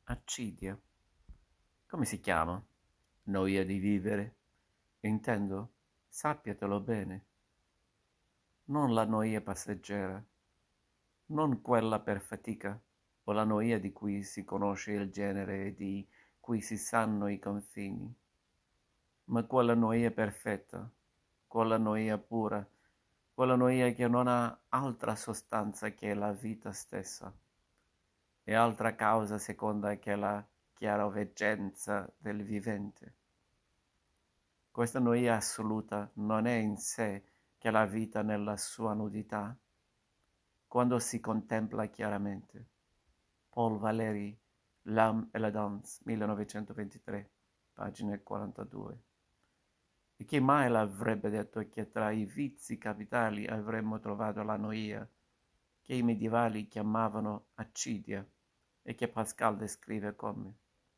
Accidia. Come si chiama? Noia di vivere. Intendo, sappiatelo bene. Non la noia passeggera, non quella per fatica, o la noia di cui si conosce il genere e di cui si sanno i confini, ma quella noia perfetta, quella noia pura, quella noia che non ha altra sostanza che la vita stessa, e altra causa seconda che la chiaroveggenza del vivente. Questa noia assoluta non è in sé che la vita nella sua nudità, quando si contempla chiaramente. Paul Valéry, L'âme et la danse, 1923, pagina 42. E chi mai l'avrebbe detto che tra i vizi capitali avremmo trovato la noia, che i medievali chiamavano accidia e che Pascal descrive come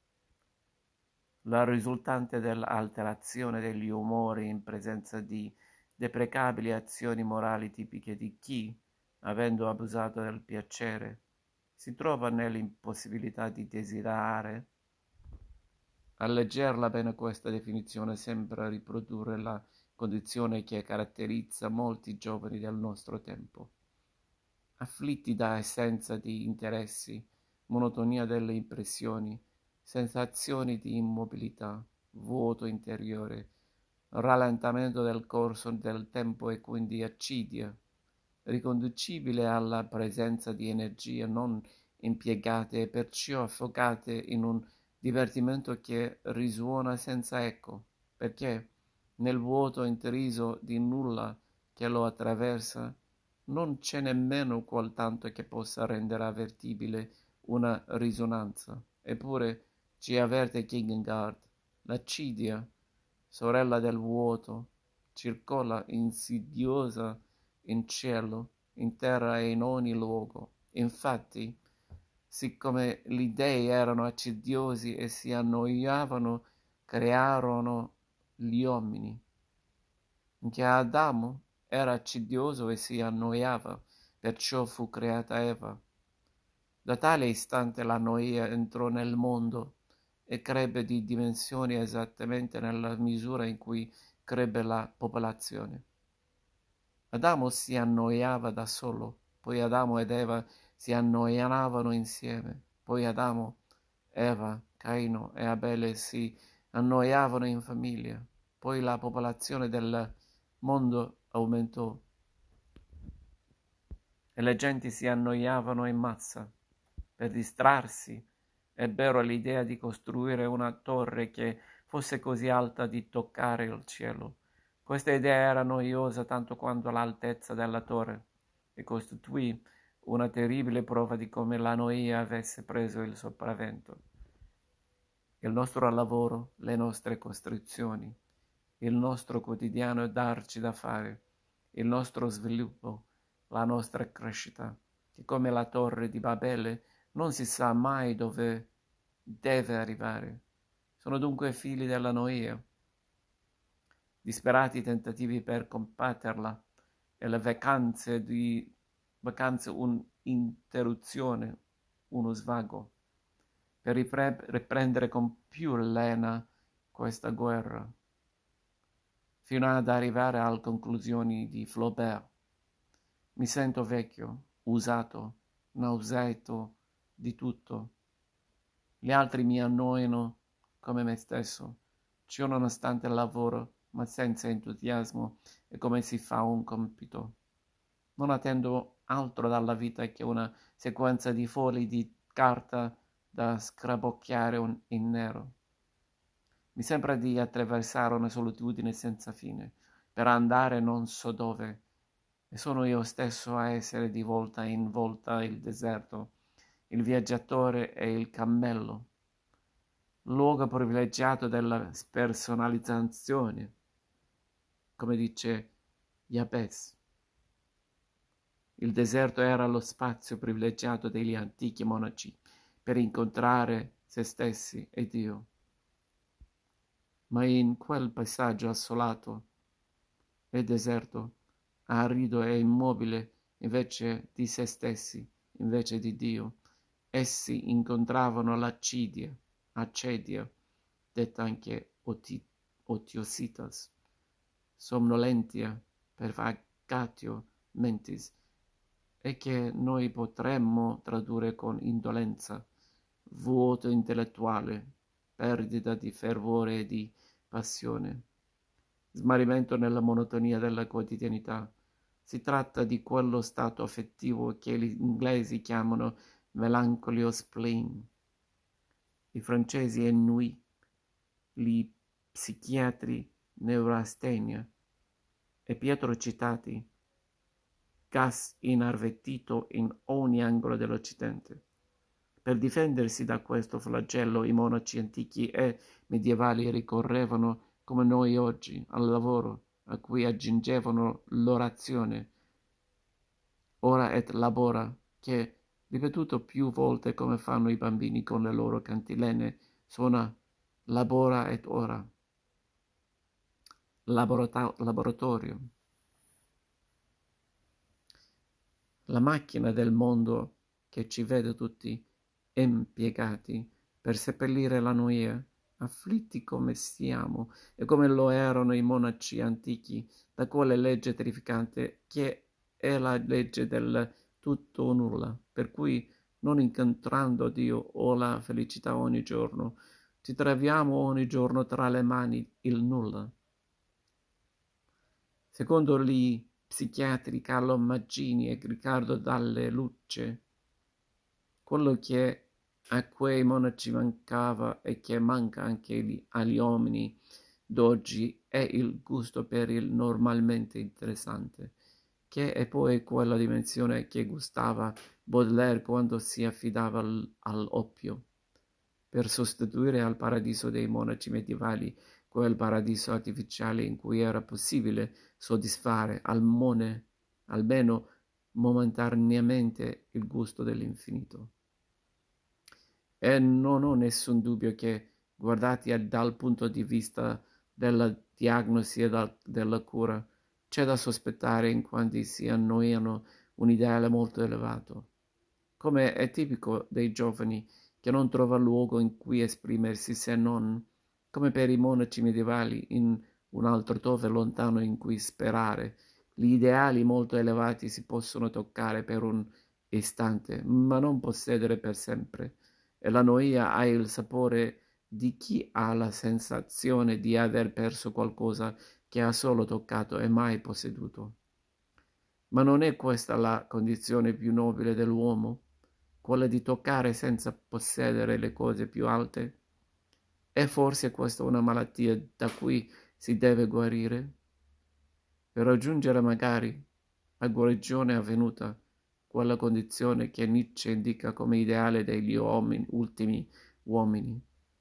la risultante dell'alterazione degli umori in presenza di deprecabili azioni morali tipiche di chi, avendo abusato del piacere, si trova nell'impossibilità di desiderare. A leggerla bene questa definizione sembra riprodurre la condizione che caratterizza molti giovani del nostro tempo, afflitti da assenza di interessi, monotonia delle impressioni, sensazioni di immobilità, vuoto interiore, rallentamento del corso del tempo e quindi accidia, riconducibile alla presenza di energie non impiegate e perciò affogate in un divertimento che risuona senza eco, perché nel vuoto intriso di nulla che lo attraversa non c'è nemmeno quel tanto che possa rendere avvertibile una risonanza. Eppure ci avverte Kierkegaard, l'accidia, sorella del vuoto, circola insidiosa in cielo, in terra e in ogni luogo. Infatti, siccome gli dei erano accidiosi e si annoiavano, crearono gli uomini. Che Adamo era accidioso e si annoiava, perciò fu creata Eva. Da tale istante la noia entrò nel mondo e crebbe di dimensioni esattamente nella misura in cui crebbe la popolazione. Adamo si annoiava da solo, poi Adamo ed Eva si annoiavano insieme, poi Adamo, Eva, Caino e Abele si annoiavano in famiglia, poi la popolazione del mondo aumentò e le genti si annoiavano in massa. Per distrarsi, ebbero l'idea di costruire una torre che fosse così alta di toccare il cielo. Questa idea era noiosa tanto quanto l'altezza della torre e costituì una terribile prova di come la noia avesse preso il sopravvento. Il nostro lavoro, le nostre costrizioni, il nostro quotidiano darci da fare, il nostro sviluppo, la nostra crescita, che come la torre di Babele non si sa mai dove deve arrivare. Sono dunque figli della noia, disperati tentativi per combatterla e le vacanze un'interruzione, uno svago, per riprendere con più lena questa guerra, fino ad arrivare alle conclusioni di Flaubert. Mi sento vecchio, usato, nauseato di tutto. Gli altri mi annoiano come me stesso. Ciò nonostante lavoro, ma senza entusiasmo, è come si fa un compito. Non attendo altro dalla vita che una sequenza di fogli di carta da scarabocchiare in nero. Mi sembra di attraversare una solitudine senza fine, per andare non so dove, e sono io stesso a essere di volta in volta il deserto, il viaggiatore e il cammello, luogo privilegiato della spersonalizzazione, come dice Jabez. Il deserto era lo spazio privilegiato degli antichi monaci per incontrare se stessi e Dio. Ma in quel paesaggio assolato e deserto, arido e immobile, invece di se stessi, invece di Dio, essi incontravano l'accedia, detta anche otiositas, somnolentia, pervagatio mentis, e che noi potremmo tradurre con indolenza, vuoto intellettuale, perdita di fervore e di passione, smarrimento nella monotonia della quotidianità. Si tratta di quello stato affettivo che gli inglesi chiamano melancholy o spleen, i francesi ennui, gli psichiatri neurastenia, e Pietro citati, gas inarvetito in ogni angolo dell'Occidente. Per difendersi da questo flagello i monaci antichi e medievali ricorrevano, come noi oggi, al lavoro, a cui aggiungevano l'orazione, ora et labora, che, ripetuto più volte come fanno i bambini con le loro cantilene, suona labora et ora, laboratorio. La macchina del mondo che ci vede tutti impiegati per seppellire la noia, afflitti come siamo e come lo erano i monaci antichi da quella legge terrificante che è la legge del tutto o nulla, per cui non incontrando Dio o la felicità ogni giorno, ci troviamo ogni giorno tra le mani il nulla. Secondo gli psichiatri Carlo Maggini e Riccardo Dalle Lucce, quello che a quei monaci mancava e che manca anche agli uomini d'oggi è il gusto per il normalmente interessante, che è poi quella dimensione che gustava Baudelaire quando si affidava all'oppio, per sostituire al paradiso dei monaci medievali quel paradiso artificiale in cui era possibile soddisfare almeno momentaneamente il gusto dell'infinito. E non ho nessun dubbio che, guardati dal punto di vista della diagnosi e della cura, c'è da sospettare in quanti si annoiano un ideale molto elevato, come è tipico dei giovani che non trova luogo in cui esprimersi se non, come per i monaci medievali, in un altro dove lontano in cui sperare. Gli ideali molto elevati si possono toccare per un istante, ma non possedere per sempre, e la noia ha il sapore di chi ha la sensazione di aver perso qualcosa che ha solo toccato e mai posseduto. Ma non è questa la condizione più nobile dell'uomo, quella di toccare senza possedere le cose più alte? È forse questa una malattia da cui si deve guarire? Per raggiungere magari la guarigione avvenuta, quella condizione che Nietzsche indica come ideale degli ultimi uomini,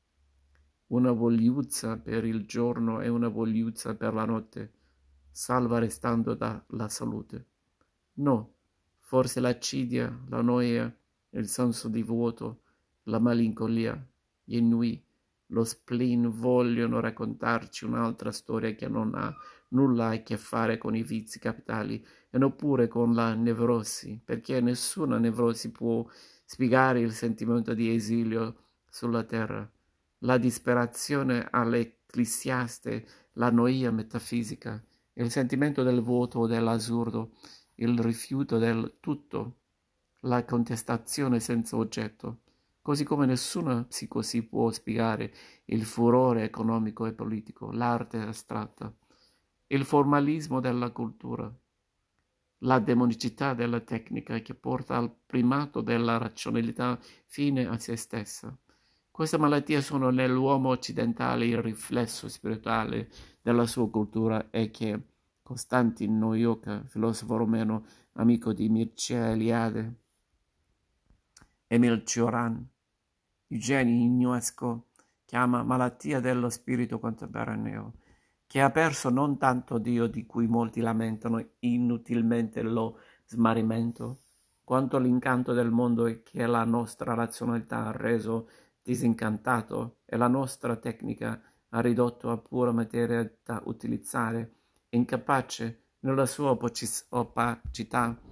una vogliuzza per il giorno e una vogliuzza per la notte, salva restando dalla salute. No, forse l'accidia, la noia, il senso di vuoto, la malinconia, gli ennui, lo spleen vogliono raccontarci un'altra storia che non ha nulla a che fare con i vizi capitali e neppure con la nevrosi, perché nessuna nevrosi può spiegare il sentimento di esilio sulla terra, la disperazione all'ecclesiaste, la noia metafisica, il sentimento del vuoto o dell'assurdo, il rifiuto del tutto, la contestazione senza oggetto, così come nessuna psicosi può spiegare il furore economico e politico, l'arte astratta, il formalismo della cultura, la demonicità della tecnica che porta al primato della razionalità fine a se stessa. Queste malattie sono nell'uomo occidentale il riflesso spirituale della sua cultura e che Costantin Noioca, filosofo romeno, amico di Mircea Eliade, Emil Cioran, Eugenio Ionesco, chiama malattia dello spirito contemporaneo, che ha perso non tanto Dio di cui molti lamentano inutilmente lo smarrimento, quanto l'incanto del mondo che la nostra razionalità ha reso disincantato e la nostra tecnica ha ridotto a pura materia da utilizzare, incapace nella sua opacità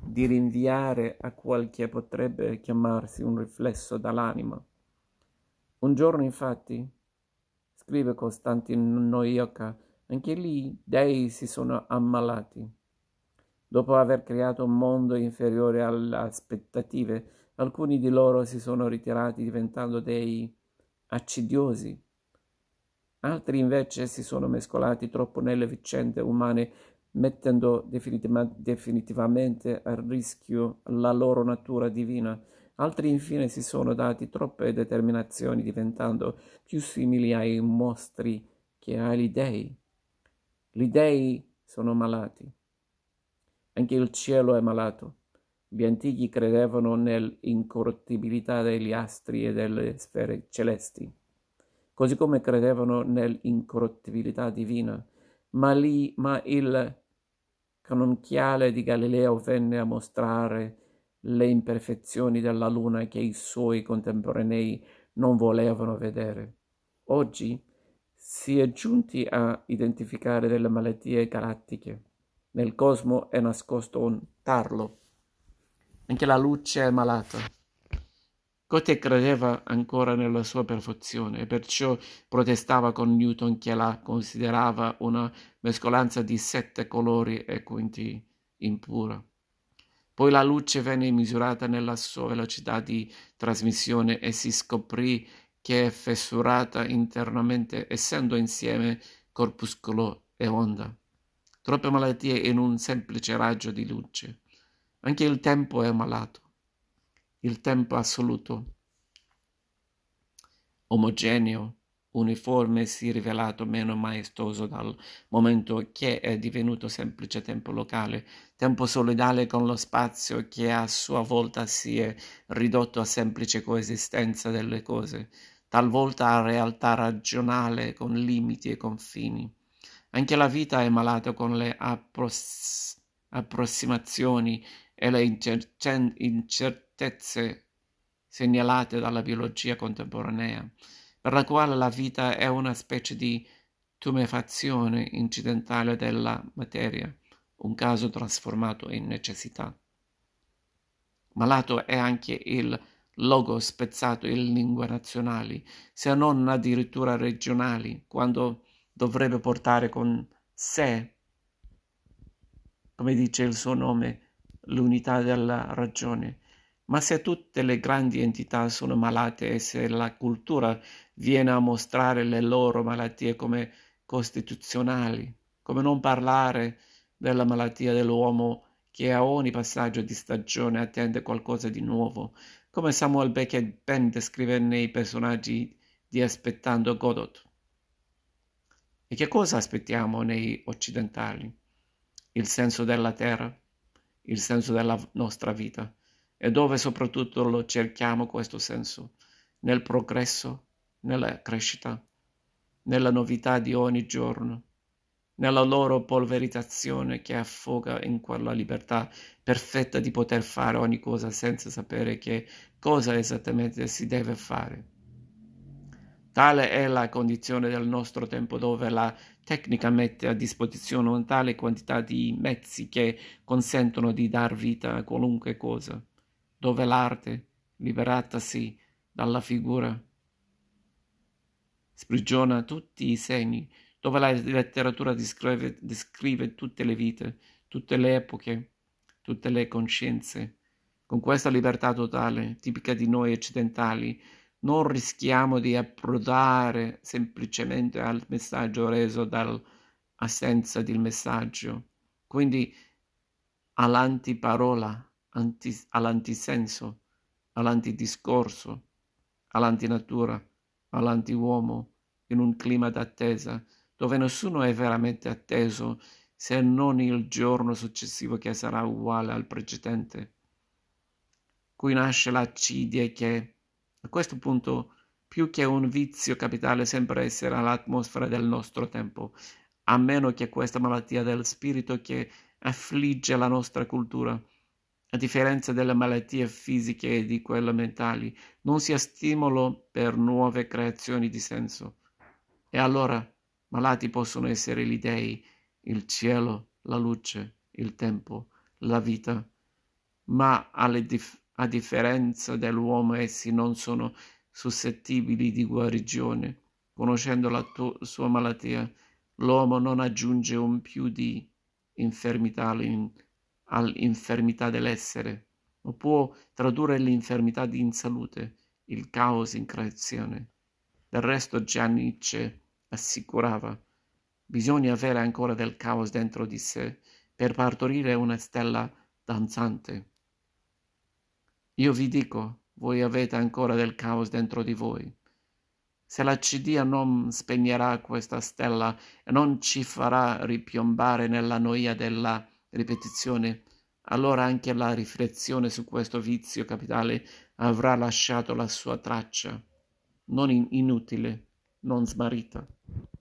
di rinviare a quel che potrebbe chiamarsi un riflesso dall'anima. Un giorno, infatti, scrive Costantin Noioca, anche lì dei si sono ammalati. Dopo aver creato un mondo inferiore alle aspettative, alcuni di loro si sono ritirati diventando dei accidiosi. Altri invece si sono mescolati troppo nelle vicende umane, mettendo definitivamente a rischio la loro natura divina. Altri infine si sono dati troppe determinazioni, diventando più simili ai mostri che agli dei. Gli dei sono malati. Anche il cielo è malato. Gli antichi credevano nell'incorruttibilità degli astri e delle sfere celesti, così come credevano nell'incorruttibilità divina, ma il cannocchiale di Galileo venne a mostrare le imperfezioni della luna che i suoi contemporanei non volevano vedere. Oggi si è giunti a identificare delle malattie galattiche. Nel cosmo è nascosto un tarlo. Anche la luce è malata. Goethe credeva ancora nella sua perfezione e perciò protestava con Newton che la considerava una mescolanza di 7 colori e quinti impura. Poi la luce venne misurata nella sua velocità di trasmissione e si scoprì che è fessurata internamente, essendo insieme corpuscolo e onda. Troppe malattie in un semplice raggio di luce. Anche il tempo è malato. Il tempo assoluto, omogeneo, uniforme si è rivelato meno maestoso dal momento che è divenuto semplice tempo locale, tempo solidale con lo spazio che a sua volta si è ridotto a semplice coesistenza delle cose, talvolta a realtà ragionale con limiti e confini. Anche la vita è malata con le approssimazioni e le incertezze segnalate dalla biologia contemporanea, per la quale la vita è una specie di tumefazione incidentale della materia, un caso trasformato in necessità. Malato è anche il logos spezzato in lingue nazionali, se non addirittura regionali, quando dovrebbe portare con sé, come dice il suo nome, l'unità della ragione. Ma se tutte le grandi entità sono malate e se la cultura viene a mostrare le loro malattie come costituzionali, come non parlare della malattia dell'uomo che a ogni passaggio di stagione attende qualcosa di nuovo, come Samuel Beckett ben descrive nei personaggi di Aspettando Godot. E che cosa aspettiamo nei occidentali? Il senso della terra, il senso della nostra vita. E dove soprattutto lo cerchiamo questo senso? Nel progresso, nella crescita, nella novità di ogni giorno, nella loro polverizzazione che affoga in quella libertà perfetta di poter fare ogni cosa senza sapere che cosa esattamente si deve fare. Tale è la condizione del nostro tempo, dove la tecnica mette a disposizione una tale quantità di mezzi che consentono di dar vita a qualunque cosa, dove l'arte, liberatasi dalla figura, sprigiona tutti i segni, dove la letteratura descrive tutte le vite, tutte le epoche, tutte le coscienze. Con questa libertà totale, tipica di noi occidentali, non rischiamo di approdare semplicemente al messaggio reso dall'assenza del messaggio, quindi all'antiparola, all'antisenso, all'antidiscorso, all'antinatura, all'antiuomo, in un clima d'attesa, dove nessuno è veramente atteso se non il giorno successivo che sarà uguale al precedente. Qui nasce l'accidia che, a questo punto, più che un vizio capitale sembra essere l'atmosfera del nostro tempo, a meno che questa malattia del spirito che affligge la nostra cultura, a differenza delle malattie fisiche e di quelle mentali, non sia stimolo per nuove creazioni di senso. E allora malati possono essere gli dei, il cielo, la luce, il tempo, la vita, ma a differenza dell'uomo essi non sono suscettibili di guarigione. Conoscendo la sua malattia, l'uomo non aggiunge un più di infermità all'infermità dell'essere, o può tradurre l'infermità in salute, il caos in creazione. Del resto già Nietzsche assicurava: bisogna avere ancora del caos dentro di sé per partorire una stella danzante. Io vi dico, voi avete ancora del caos dentro di voi. Se l'accidia non spegnerà questa stella e non ci farà ripiombare nella noia della ripetizione, allora anche la riflessione su questo vizio capitale avrà lasciato la sua traccia, non inutile, non smarrita.